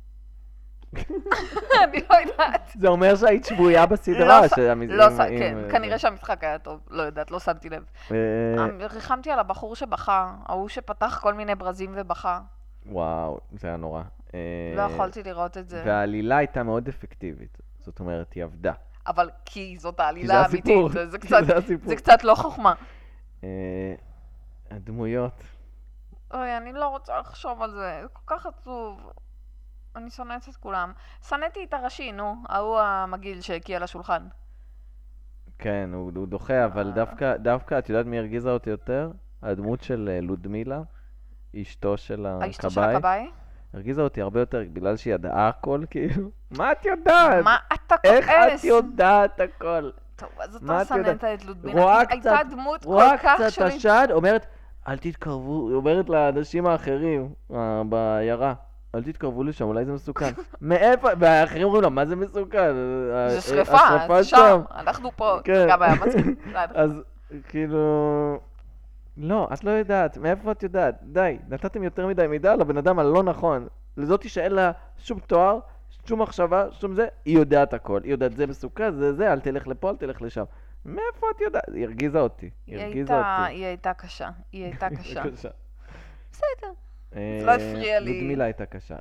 אני לא יודעת. זה אומר שהיית שבויה בסדרה. לא ש- שהמז- לא, עם- ש- עם- כן, אה, כנראה שהמשחק היה טוב, לא יודעת, לא שמתי לב. אה, ריחמתי על הבחור שבכה, ההוא שפתח כל מיני ברזים ובכה. וואו, זה היה נורא. אה, לא יכולתי לראות את זה. והעלילה הייתה מאוד אפקטיבית. זאת אומרת, היא עבדה. אבל כי זאת כי העלילה זה הסיפור. האמיתית, זה- זה כי קצת- זה הסיפור. זה קצת לא חוכמה. אה, הדמויות. אוי, אני לא רוצה לחשוב על זה, זה כל כך עצוב. אני שונאת את כולם. שנאתי את הראשי, נו, ההוא המגעיל שהגיע לשולחן. כן, הוא, הוא דוחה, אבל אה. דווקא, דווקא, את יודעת מי הרגיזה אותי יותר? הדמות של אה, לודמילה, אשתו של האשתו של הכבאי. הכבאי? הרגיזה אותי הרבה יותר, בגלל שהיא ידעה הכל, כאילו. מה את יודעת? מה אתה איך כועס? את יודעת הכל? טוב, אז מה אתה את יודעת? שנאת את לודמילה. רואה היא הייתה קצת- דמות כל רואה כך קצת שלי. השד, אומרת, אל תתקרבו, היא אומרת לאנשים האחרים אה, בעיירה, אל תתקרבו לשם, אולי זה מסוכן. מאיפה? והאחרים אומרים לה, מה זה מסוכן? זה ה- שריפה, השריפה זה שם, אנחנו פה. כן. זה גם היה מצחיק. אז כאילו... לא, את לא יודעת, מאיפה את יודעת? די, נתתם יותר מדי מידע לבן אדם הלא נכון. לזאתי שאין לה שום תואר, שום מחשבה, שום זה, היא יודעת הכל. היא יודעת זה מסוכן, זה זה, אל תלך לפה, אל תלך לשם. מאיפה את יודעת? היא הרגיזה אותי. היא היא הרגיזה הייתה- אותי. היא הייתה קשה. היא הייתה קשה. קשה. בסדר. אה, לא הפריע לי. לודמילה הייתה קשה.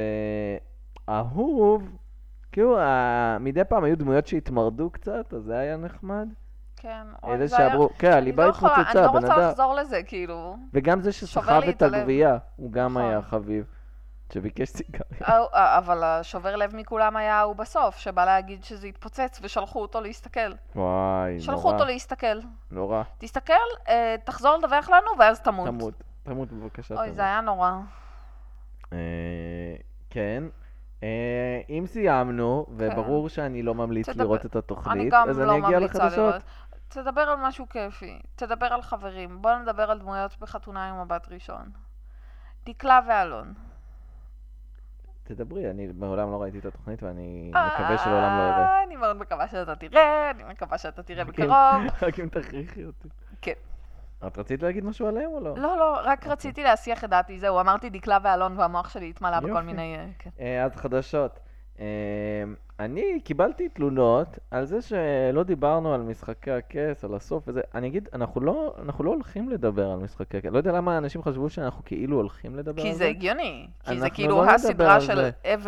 ואהוב, כאילו, ה- מדי פעם היו דמויות שהתמרדו קצת, אז זה היה נחמד. כן. אוי, אלה זה היה- שאמרו, כן, אני הליבה לא יכולה- התפוצצה, אני לא בן רוצה אדם. לחזור לזה, כאילו. וגם זה שובר שסחב לי את את הלב. הגבייה, הוא גם נכון. היה חביב. שביקש סיגריה. אה, אה, אבל השובר לב מכולם היה הוא בסוף, שבא להגיד שזה התפוצץ ושלחו אותו להסתכל. וואי, שלחו נורא, אותו להסתכל. נורא. תסתכל, אה, תחזור לדווח לנו ואז תמות. תמות, תמות בבקשה. אוי, תמות. זה היה נורא. אה, כן. אה, אם סיימנו, וברור שאני לא ממליץ תדבר- לראות את אני התוכנית, גם אז לא אני אגיע ממליצה לחדשות. לראות. תדבר על משהו כיפי, תדבר על חברים. בוא נדבר על דמויות בחתונה עם מבט ראשון. דקלה ואלון. תדברי, אני מעולם לא ראיתי את התוכנית ואני מקווה שלעולם לא אראה. אה, אני מאוד מקווה שאתה תראה, אני מקווה שאתה תראה רק אם- בקרוב. רק אם תכריחי אותי. כן. את רצית להגיד משהו עליהם או לא? לא, לא, רק רציתי להסיח את דעתי, זהו, אמרתי דקלה ואלון והמוח שלי התמלא בכל יופי. מיני... אה, כן. אה, אז חדשות. אה, אני קיבלתי תלונות על זה שלא דיברנו על משחקי הכס, על הסוף וזה. אני אגיד, אנחנו לא, אנחנו לא הולכים לדבר על משחקי הכס. לא יודע למה אנשים חשבו שאנחנו כאילו הולכים לדבר כי על זה זה. הגיוני, כי זה אנחנו כאילו לא נדבר הסדרה על של זה. ever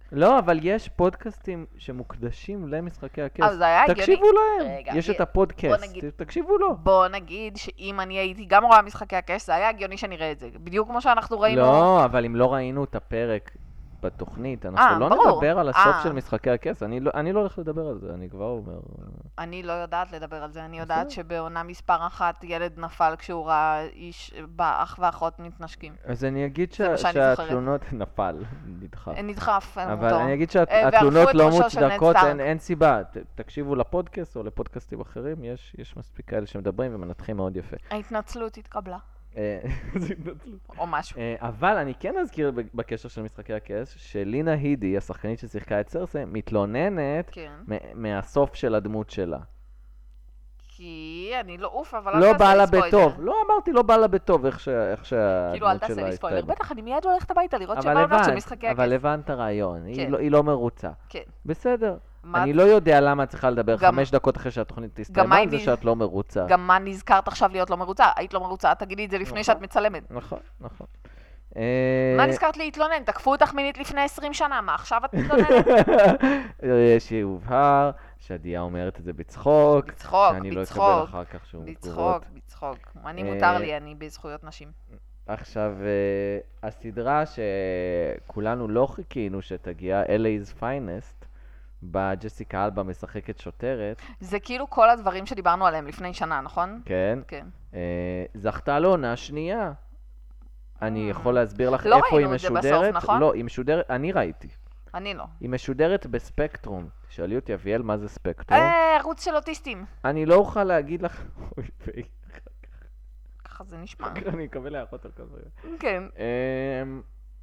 לא, אבל יש פודקאסטים שמוקדשים למשחקי הכס. אז זה היה הגיוני. תקשיבו להם. רגע, יש את בוא הפודקאסט, נגיד- תקשיבו לו. בוא נגיד שאם אני הייתי גם רואה משחקי הכס, זה היה הגיוני שנראה את זה. בדיוק כמו שאנחנו ראינו. לא, אבל אם לא ראינו את הפרק בתוכנית, אנחנו אה, לא ברור. נדבר על הסוף אה. של משחקי הכס. אני לא- אני לא הולך לדבר על זה, אני כבר אומר. אני לא יודעת לדבר על זה, אני יודעת בסדר. שבעונה מספר אחת ילד נפל כשהוא ראה איש, אח ואחות מתנשקים. אז אני אגיד זה שה- מה שאני זוכרת. שהתלונות נפל, נדחף. נדחף, אבל אותו. אני אגיד אה, וערכו שהתלונות את לא ראשו של נד מוצדקות, סטארק. אין- אין סיבה. ת- תקשיבו לפודקאסט או לפודקאסטים אחרים, יש יש מספיק כאלה שמדברים ומנתחים מאוד יפה. ההתנצלות התקבלה, אה, זה התנצלות. או משהו. אה, אבל אני כן אזכיר ב- בקשר של משחקי הכס, שלינה הידי, השחקנית ששיחקה את סרסי, מתלוננת כן. מ- מהסוף של הדמות שלה. כי אני לא אוף, אבל לא אל בא תעשה לה לי ספוילר. בטוב. לא אמרתי לא בא לה בטוב, איך ש- איך כאילו, אל שהדמות תעשה שלה לי ספוילר. הסתיימה. בטח, אני מיד הולכת הביתה לראות אבל שבע עונות של הבנת, משחקי אבל הכס. הבנת רעיון, היא כן. לא- היא לא מרוצה. כן. בסדר. מה- אני לא יודע למה את צריכה לדבר גם- חמש דקות אחרי שהתוכנית גם תסתיימה מה על זה אני- שאת לא מרוצה. גם מה נזכרת עכשיו להיות לא מרוצה? היית לא מרוצה, את תגידי את זה לפני נכון. שאת מצלמת. נכון, נכון. מה נזכרת להתלונן? תקפו אותך מינית לפני עשרים שנה, מה עכשיו את מתלוננת? שיובהר שעדיה אומרת את זה בצחוק. בצחוק, שאני לא בצחוק, אקבל אחר כך שום בצחוק, תגובות. בצחוק. אני אה, מותר לי, אני בזכויות נשים. עכשיו, אה, הסדרה שכולנו לא חיכינו שתגיע, אל אי's Finest, בה ג'סיקה אלבה משחקת שוטרת, זה כאילו כל הדברים שדיברנו עליהם לפני שנה, נכון? כן, כן. אה, זכתה לעונה שנייה. אני Mm. יכול להסביר לך לא איפה היא ראינו את זה בסוף, משודרת. נכון? לא, היא משודרת, אני ראיתי. אני לא. היא משודרת בספקטרום. תשאלי אותי, אביאל, מה זה ספקטרום? אה, ערוץ של אוטיסטים. אני לא אוכל להגיד לך... אוי, ואי, ככה זה נשמע. אני אקבל הערכות על כזה. כן. אמ,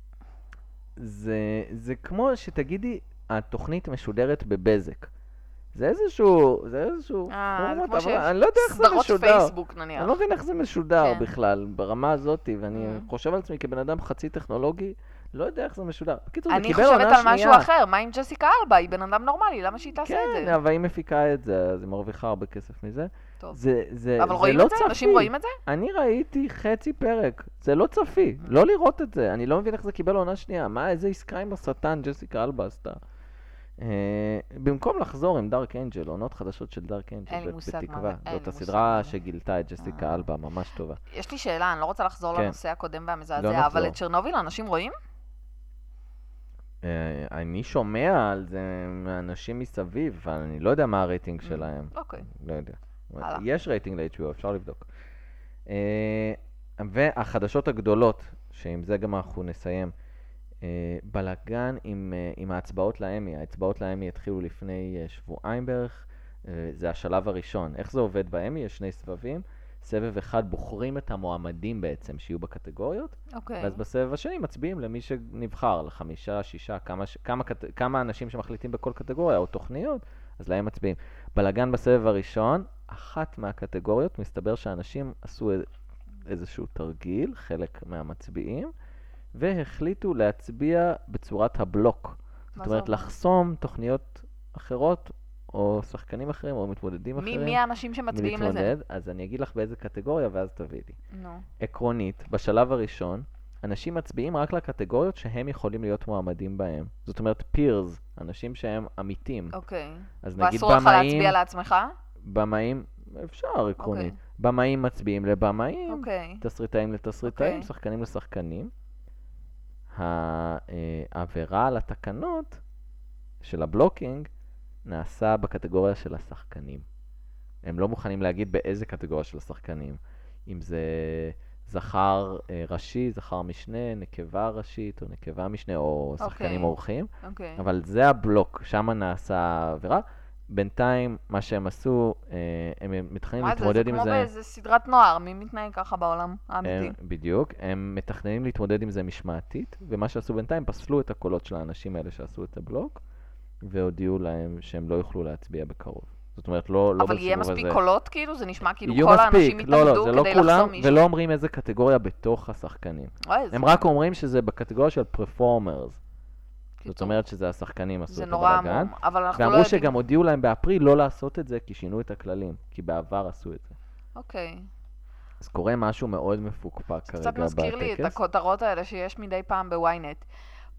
זה, זה כמו שתגידי, התוכנית משודרת בבזק. זה איזשהו, זה איזשהו אה, זה פורמט, כמו אבל שיש אני לא יודע איך זה סדרות משודר. פייסבוק נניח. אני לא מבין איך זה משודר כן. בכלל, ברמה הזאת, ואני Mm. חושב על עצמי כבן אדם חצי טכנולוגי, לא יודע איך זה משודר. בקיצור, זה אני קיבל חושבת עונה על משהו שנייה. אחר, מה עם ג'סיקה אלבה? היא בן אדם נורמלי, למה שהיא תעשה את כן, זה? אבל היא מפיקה את זה, אז היא מרוויחה הרבה כסף מזה. טוב. זה, זה, אבל זה רואים לא את זה? צפי. אנשים רואים את זה? אני ראיתי חצי פרק, זה לא צפי, לא לראות את זה, אני לא מבין איך זה קיבל עונה שנייה, מה, איזה עסקה עם השטן ג'סיקה אלבה עשתה. אה, במקום לחזור עם דארק אנג'ל, עונות חדשות של דארק אנג'ל, אין לי בת- מושג מה בתקווה, זה, אין זאת לי מושג הסדרה מה זה. שגילתה את ג'סיקה אה. אלבה, ממש טובה. יש לי שאלה, אני לא רוצה לחזור כן. לנושא הקודם לא והמזעזע, נחזור. אבל את צ'רנוביל אנשים רואים? אה, אני שומע על זה מאנשים מסביב, אבל אני לא יודע מה הרייטינג שלהם. אוקיי. לא יודע. הלאה. יש רייטינג ל-אייץ' בי או, אפשר לבדוק. אה, והחדשות הגדולות, שעם זה גם אנחנו נסיים, אה, בלגן עם, אה, עם ההצבעות לאמי. ההצבעות לאמי התחילו לפני אה, שבועיים בערך. אה, זה השלב הראשון. איך זה עובד באמי? יש שני סבבים. סבב אחד בוחרים את המועמדים בעצם שיהיו בקטגוריות, אוקיי. ואז בסבב השני מצביעים למי שנבחר, לחמישה, שישה, כמה, ש- כמה, קט- כמה אנשים שמחליטים בכל קטגוריה או תוכניות, אז להם מצביעים. בלגן בסבב הראשון, אחת מהקטגוריות, מסתבר שאנשים עשו א- איזשהו תרגיל, חלק מהמצביעים, והחליטו להצביע בצורת הבלוק. זאת מה אומרת, זה אומר? לחסום תוכניות אחרות, או שחקנים אחרים, או מתמודדים מי אחרים. מי האנשים שמצביעים לזה? מלהתמודד. אז אני אגיד לך באיזה קטגוריה, ואז תביאי לי. נו. עקרונית, בשלב הראשון, אנשים מצביעים רק לקטגוריות שהם יכולים להיות מועמדים בהם. זאת אומרת, פירס, אנשים שהם עמיתים. אוקיי. אז נגיד ואסור לך במאים, להצביע לעצמך? במאים, אפשר עקרונית. אוקיי. במאים מצביעים לבמאים, אוקיי. תסריטאים לתסריטאים, אוקיי. שחקנים לשחקנים. העבירה על התקנות של הבלוקינג נעשה בקטגוריה של השחקנים. הם לא מוכנים להגיד באיזה קטגוריה של השחקנים. אם זה זכר אה, ראשי, זכר משנה, נקבה ראשית או נקבה משנה, או שחקנים אוקיי. אורחים. אוקיי. אבל זה הבלוק, שם נעשה העבירה. בינתיים, מה שהם עשו, אה, הם מתכננים מה זה? זה להתמודד עם כמו זה. באיזה סדרת נוער, מי מתנהג ככה בעולם האמיתי? הם, בדיוק, הם מתכננים להתמודד עם זה משמעתית, ומה שעשו בינתיים, פסלו את הקולות של האנשים האלה שעשו את הבלוק, והודיעו להם שהם לא יוכלו להצביע בקרוב. זאת אומרת, לא, לא אבל יהיה בסיבוב מספיק הזה. קולות כאילו? זה נשמע כאילו יהיו כל מספיק, האנשים לא, לא, יתנגדו זה לא כדי כולם, לחסום מישהו. ולא אומרים איזה קטגוריה בתוך השחקנים. אוי, זה- הם רק אומרים שזה בקטגוריה של פרפורמרס. זאת קיצור, אומרת שזה השחקנים עשו זה את נורא הבלגן. עמום, אבל אנחנו לא ואמרו יודעים. שגם הודיעו להם באפריל לא לעשות את זה, כי שינו את הכללים. כי בעבר עשו את זה. אוקיי. אז קורה משהו מאוד מפוקפק זה כרגע קצת בטקס. מזכיר לי את הכותרות האלה שיש מדי פעם בוויינט.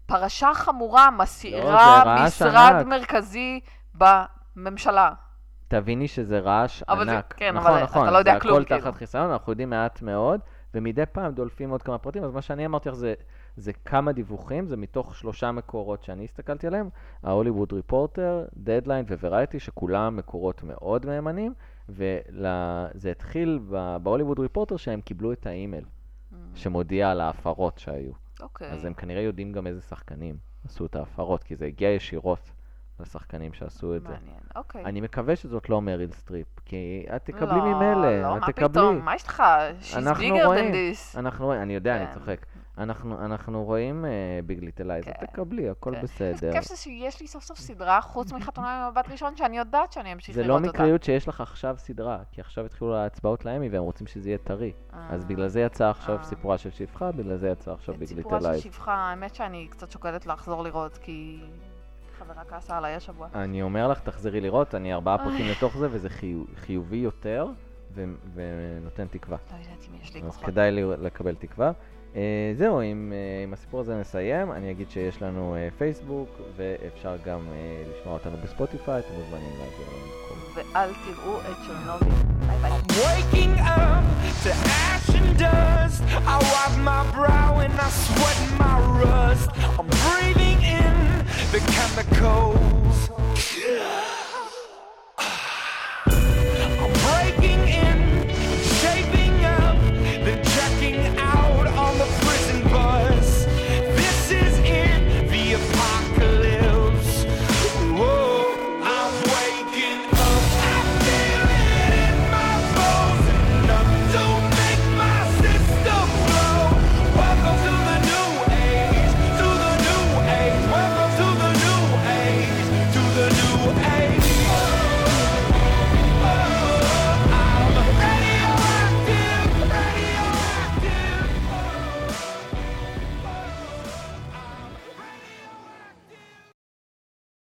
פרשה חמורה לא, מסעירה זה רעש משרד ענק. מרכזי בממשלה. תביני שזה רעש אבל זה- ענק. כן, נכון, אבל נכון, אתה לא יודע זה כלום, הכל כאילו. תחת חיסיון, אנחנו יודעים מעט מאוד, ומדי פעם דולפים עוד כמה פרטים, אז מה שאני אמרתי לך זה, זה כמה דיווחים, זה מתוך שלושה מקורות שאני הסתכלתי עליהם, ההוליווד ריפורטר, דדליין ווורייטי, שכולם מקורות מאוד מהימנים, וזה התחיל ב- בהוליווד ריפורטר שהם קיבלו את האימייל, שמודיע על ההפרות שהיו. אוקיי. אז הם כנראה יודעים גם איזה שחקנים עשו את ההפרות, כי זה הגיע ישירות לשחקנים שעשו את זה. מעניין, אוקיי. אני מקווה שזאת לא מריל סטריפ, כי את תקבלי לא, ממילא, לא, את מה תקבלי. פתאום? מה יש לך? She's אנחנו bigger רואים, than this. אנחנו רואים, אני יודע, אני כן. צוחק. אנחנו, אנחנו רואים ביג ליטל לייז, את כן, תקבלי, הכל כן. בסדר. איזה כיף זה שיש לי סוף סוף סדרה, חוץ מחתונה ממבט ראשון, שאני יודעת שאני אמשיך זה לראות לא אותה. מקריות שיש לך עכשיו סדרה, כי עכשיו התחילו ההצבעות לאמי והם רוצים שזה יהיה טרי. אז אה. בגלל זה יצא עכשיו אה. סיפורה של שפחה, בגלל זה יצא עכשיו את ביג סיפורה ליטל של לייז. שפחה, האמת שאני קצת שוקלת לחזור לראות, כי חברה כעסה עליי השבוע. אני אומר לך, תחזרי לראות, אני ארבעה פרקים לתוך זה, וזה חיו- חיובי יותר, ו- ונותן תקווה. לא יודעת אם יש לי אז כוחות. כדאי לי לקבל תקווה. Uh, זהו, עם, uh, עם הסיפור הזה נסיים. אני אגיד שיש לנו uh, פייסבוק, ואפשר גם uh, לשמוע אותנו בספוטיפיי, אתם מוזמנים להגיע למקום. ואל תראו את צ'רנוביל. ביי ביי. Waking up to ash and dust. I wipe my brow and I sweat my rust. I'm breathing in the chemicals